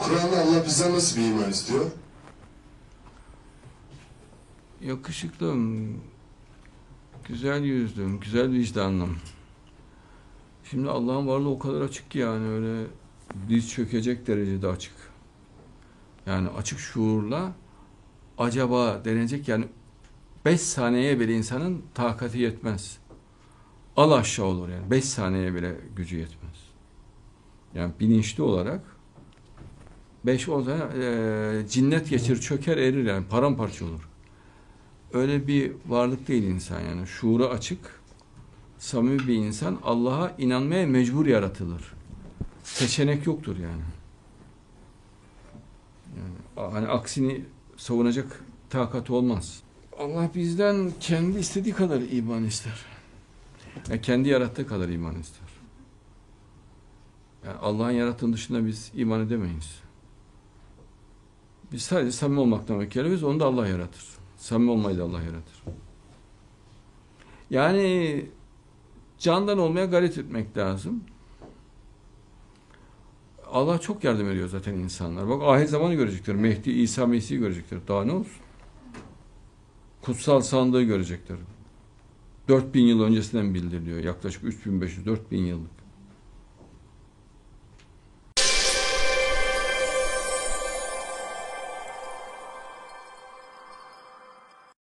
Kur'an'da Allah bizden nasıl bir iman istiyor? Yakışıklım, güzel yüzlüm, güzel vicdanlım. Şimdi Allah'ın varlığı o kadar açık ki yani öyle diz çökecek derecede açık. Yani açık şuurla acaba denecek yani 5 saniyeye bile insanın takati yetmez. Al aşağı olur yani 5 saniyeye bile gücü yetmez. Yani bilinçli olarak 5 olsa cinnet geçir çöker erir yani paramparça olur. Öyle bir varlık değil insan yani şuuru açık, samimi bir insan Allah'a inanmaya mecbur yaratılır. Seçenek yoktur yani. Yani hani aksini savunacak takati olmaz. Allah bizden kendi istediği kadar iman ister. Yani kendi yarattığı kadar iman ister. Yani Allah'ın yarattığının dışında biz iman edemeyiz. Biz sadece samimi olmaktan mükellef'iz, onu da Allah yaratır. Samimi olmayı da Allah yaratır. Yani candan olmaya gayret etmek lazım. Allah çok yardım ediyor zaten insanlar. Bak ahir zamanı görecekler. Mehdi, İsa, Mesih'i görecekler. Daha ne olsun? Kutsal sandığı görecekler. 4000 yıl öncesinden bildiriliyor. Yaklaşık 3500-4000 yıllık.